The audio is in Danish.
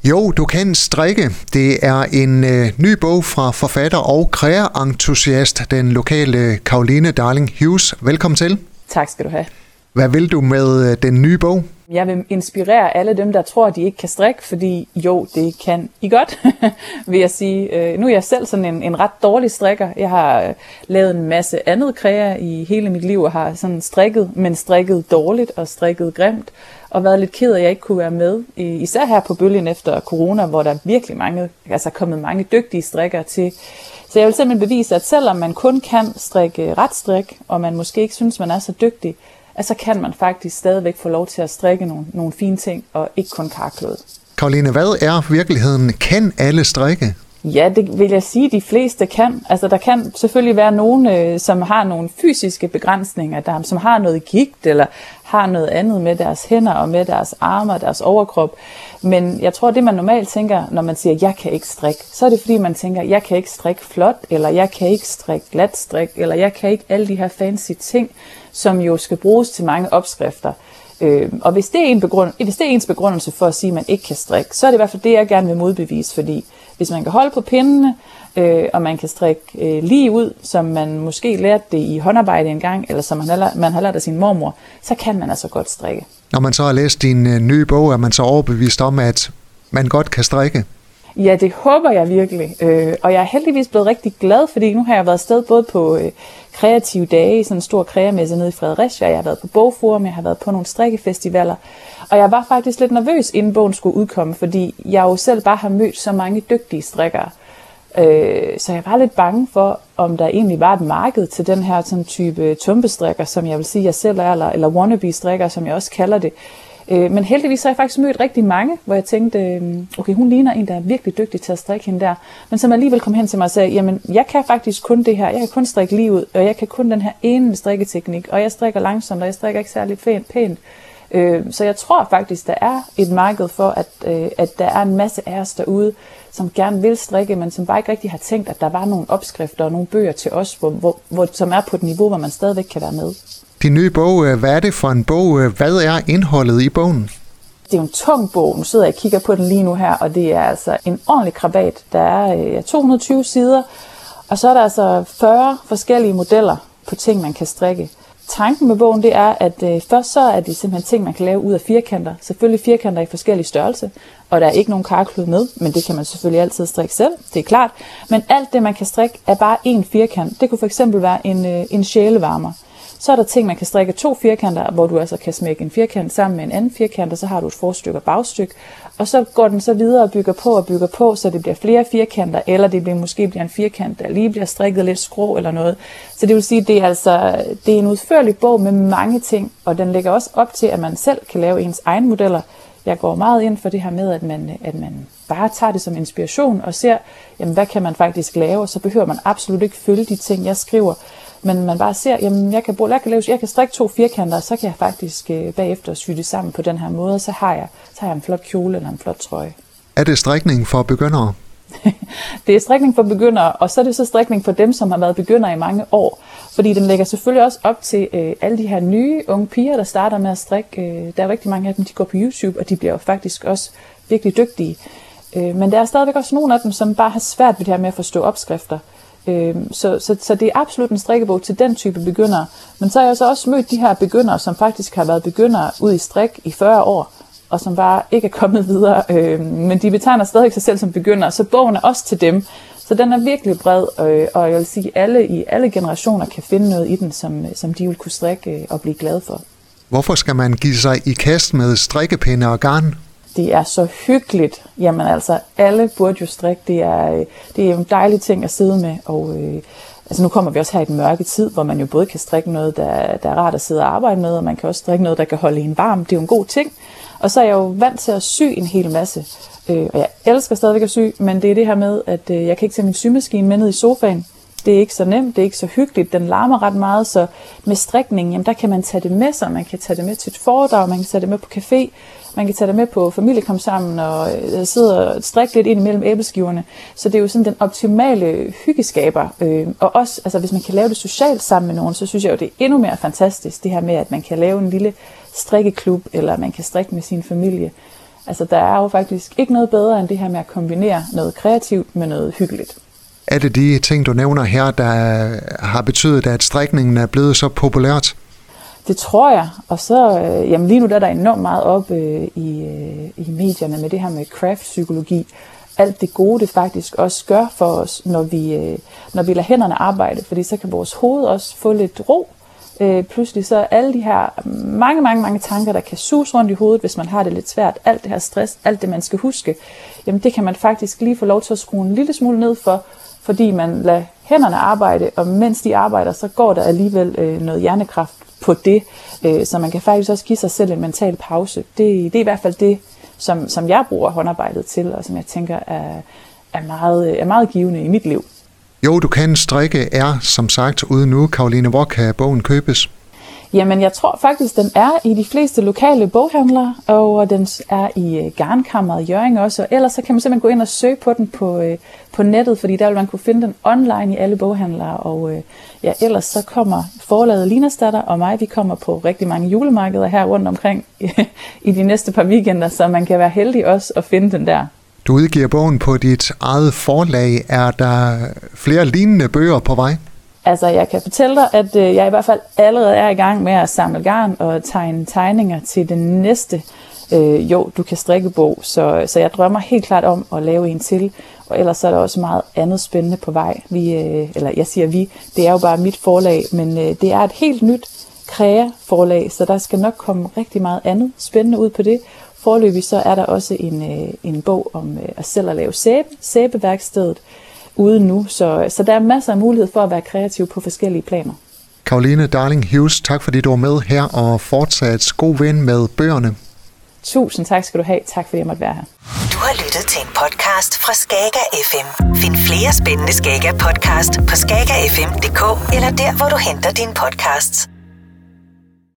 Jo, du kan strikke. Det er en ny bog fra forfatter og kræentusiast, den lokale Caroline Darling Hughes. Velkommen til. Tak skal du have. Hvad vil du med den nye bog? Jeg vil inspirere alle dem, der tror, de ikke kan strikke, fordi jo, det kan I godt, vil jeg sige. Nu er jeg selv sådan en ret dårlig strikker. Jeg har lavet en masse andet kræer i hele mit liv, og har sådan strikket, men strikket dårligt og strikket grimt, og været lidt ked af, at jeg ikke kunne være med. Især her på bølgen efter corona, hvor der er virkelig er kommet mange dygtige strikkere til. Så jeg vil simpelthen bevise, at selvom man kun kan strikke retstrik, og man måske ikke synes, man er så dygtig, så kan man faktisk stadigvæk få lov til at strikke nogle fine ting, og ikke kun karklud. Caroline, hvad er virkeligheden? Kan alle strikke? Ja, det vil jeg sige, de fleste kan. Altså, der kan selvfølgelig være nogen, som har nogle fysiske begrænsninger, som har noget gigt, eller har noget andet med deres hænder, og med deres arme og deres overkrop. Men jeg tror, det man normalt tænker, når man siger, jeg kan ikke strikke, så er det fordi, man tænker, jeg kan ikke strikke flot, eller jeg kan ikke strikke glat strik, eller jeg kan ikke alle de her fancy ting, som jo skal bruges til mange opskrifter. Og hvis det er ens begrundelse for at sige, at man ikke kan strikke, så er det i hvert fald det, jeg gerne vil modbevise, fordi hvis man kan holde på pindene, og man kan strikke lige ud, som man måske lærte det i håndarbejde engang, eller som man har lært af sin mormor, så kan man altså godt strikke. Når man så har læst din nye bog, er man så overbevist om, at man godt kan strikke? Ja, det håber jeg virkelig. Og jeg er heldigvis blevet rigtig glad, fordi nu har jeg været afsted både på kreative dage, sådan en stor kreamesse nede i Fredericia, jeg har været på bogforum, jeg har været på nogle strikkefestivaler, og jeg var faktisk lidt nervøs, inden bogen skulle udkomme, fordi jeg jo selv bare har mødt så mange dygtige strikkere. Så jeg var lidt bange for, om der egentlig var et marked til den her sådan type tumpestrikker, som jeg vil sige, jeg selv er, eller wannabe-strikker, som jeg også kalder det. Men heldigvis har jeg faktisk mødt rigtig mange, hvor jeg tænkte, okay, hun ligner en, der er virkelig dygtig til at strikke hende der. Men som alligevel kom hen til mig og sagde, jamen, jeg kan faktisk kun det her. Jeg kan kun strikke lige ud, og jeg kan kun den her ene strikketeknik. Og jeg strikker langsomt, og jeg strikker ikke særlig pænt. Så jeg tror faktisk, der er et marked for, at der er en masse af os derude, som gerne vil strikke, men som bare ikke rigtig har tænkt, at der var nogle opskrifter og nogle bøger til os, som er på et niveau, hvor man stadigvæk kan være med. Din nye bog, hvad er det for en bog? Hvad er indholdet i bogen? Det er jo en tung bog. Nu sidder jeg og kigger på den lige nu her, og det er altså en ordentlig krabat. Der er 220 sider, og så er der altså 40 forskellige modeller på ting, man kan strikke. Tanken med bogen, det er, at først så er det simpelthen ting, man kan lave ud af firkanter. Selvfølgelig firkanter i forskellige størrelse, og der er ikke nogen karklud med, men det kan man selvfølgelig altid strikke selv, det er klart. Men alt det, man kan strikke, er bare én firkant. Det kunne for eksempel være en sjælevarmer. Så er der ting, man kan strikke 2 firkanter, hvor du altså kan smække en firkant sammen med en anden firkant, og så har du et forstykke og bagstykke. Og så går den så videre og bygger på, så det bliver flere firkanter, eller det måske bliver en firkant, der lige bliver strikket lidt skrå eller noget. Så det vil sige, det er en udførlig bog med mange ting, og den lægger også op til, at man selv kan lave ens egne modeller. Jeg går meget ind for det her med, at man bare tager det som inspiration og ser, jamen, hvad kan man faktisk lave, og så behøver man absolut ikke følge de ting, jeg skriver. Men man bare ser, jamen jeg kan strikke 2 firkanter, og så kan jeg faktisk bagefter sy det sammen på den her måde, og så har jeg en flot kjole eller en flot trøje. Er det strikning for begyndere? Det er strikning for begyndere, og så er det så strikning for dem, som har været begyndere i mange år. Fordi den lægger selvfølgelig også op til alle de her nye unge piger, der starter med at strikke. Der er rigtig mange af dem, de går på YouTube, og de bliver jo faktisk også virkelig dygtige. Men der er stadigvæk også nogle af dem, som bare har svært ved det her med at forstå opskrifter. Så det er absolut en strikkebog til den type begyndere. Men så har jeg så også mødt de her begyndere, som faktisk har været begyndere ud i strik i 40 år, og som bare ikke er kommet videre. Men de betegner stadig sig selv som begyndere, så bogen er også til dem. Så den er virkelig bred, og jeg vil sige, at alle i alle generationer kan finde noget i den, som de vil kunne strikke og blive glade for. Hvorfor skal man give sig i kast med strikkepinde og garn? Det er så hyggeligt. Jamen altså, alle burde jo strikke. Det er jo en dejlig ting at sidde med. Og altså nu kommer vi også her i den mørke tid, hvor man jo både kan strikke noget, der er rart at sidde og arbejde med, og man kan også strikke noget, der kan holde en varm. Det er jo en god ting. Og så er jeg jo vant til at sy en hel masse. Og jeg elsker stadigvæk at sy, men det er det her med, at jeg kan ikke tage min symaskine med ned i sofaen. Det er ikke så nemt, det er ikke så hyggeligt, den larmer ret meget, så med strikningen, jamen der kan man tage det med sig, man kan tage det med til et foredrag, man kan tage det med på café, man kan tage det med på familiekom sammen og sidde og strikke lidt ind imellem æbleskiverne. Så det er jo sådan den optimale hyggeskaber. Og også, altså hvis man kan lave det socialt sammen med nogen, så synes jeg jo, det er endnu mere fantastisk, det her med, at man kan lave en lille strikkeklub, eller man kan strikke med sin familie. Altså der er jo faktisk ikke noget bedre end det her med at kombinere noget kreativt med noget hyggeligt. Er det de ting, du nævner her, der har betydet, at strikningen er blevet så populært? Det tror jeg, og så lige nu der er der enormt meget op i medierne med det her med craft-psykologi. Alt det gode, det faktisk også gør for os, når vi lader hænderne arbejde, fordi så kan vores hoved også få lidt ro. Pludselig så alle de her mange tanker, der kan suse rundt i hovedet, hvis man har det lidt svært, alt det her stress, alt det man skal huske, jamen det kan man faktisk lige få lov til at skrue en lille smule ned for, fordi man lader hænderne arbejde, og mens de arbejder, så går der alligevel noget hjernekraft på det, så man kan faktisk også give sig selv en mental pause. Det er i hvert fald det, som jeg bruger håndarbejdet til, og som jeg tænker er meget givende i mit liv. Jo, du kan strikke er som sagt ude nu. Caroline, hvor kan bogen købes? Jamen, jeg tror faktisk, den er i de fleste lokale boghandlere, og den er i Garnkammeret i Hjørring også. Og ellers så kan man simpelthen gå ind og søge på den på nettet, fordi der vil man kunne finde den online i alle boghandlere. Og ellers så kommer forlaget Linasdatter og mig, vi kommer på rigtig mange julemarkeder her rundt omkring i de næste par weekender, så man kan være heldig også at finde den der. Du udgiver bogen på dit eget forlag. Er der flere lignende bøger på vej? Altså, jeg kan fortælle dig, at jeg i hvert fald allerede er i gang med at samle garn og tegne tegninger til den næste Du kan strikke bog. Så jeg drømmer helt klart om at lave en til. Og ellers er der også meget andet spændende på vej. Det er jo bare mit forlag, men det er et helt nyt Krea-forlag, så der skal nok komme rigtig meget andet spændende ud på det. Foreløbig så er der også en bog om at selv at lave sæbeværkstedet ude nu, så der er masser af mulighed for at være kreativ på forskellige planer. Caroline Darling Hughes, tak fordi du var med her, og fortsat god ven med bøgerne. Tusind tak skal du have. Tak fordi jeg måtte være her. Du har lyttet til en podcast fra Skager FM. Find flere spændende Skager podcast på skagerfm.dk eller der, hvor du henter dine podcasts.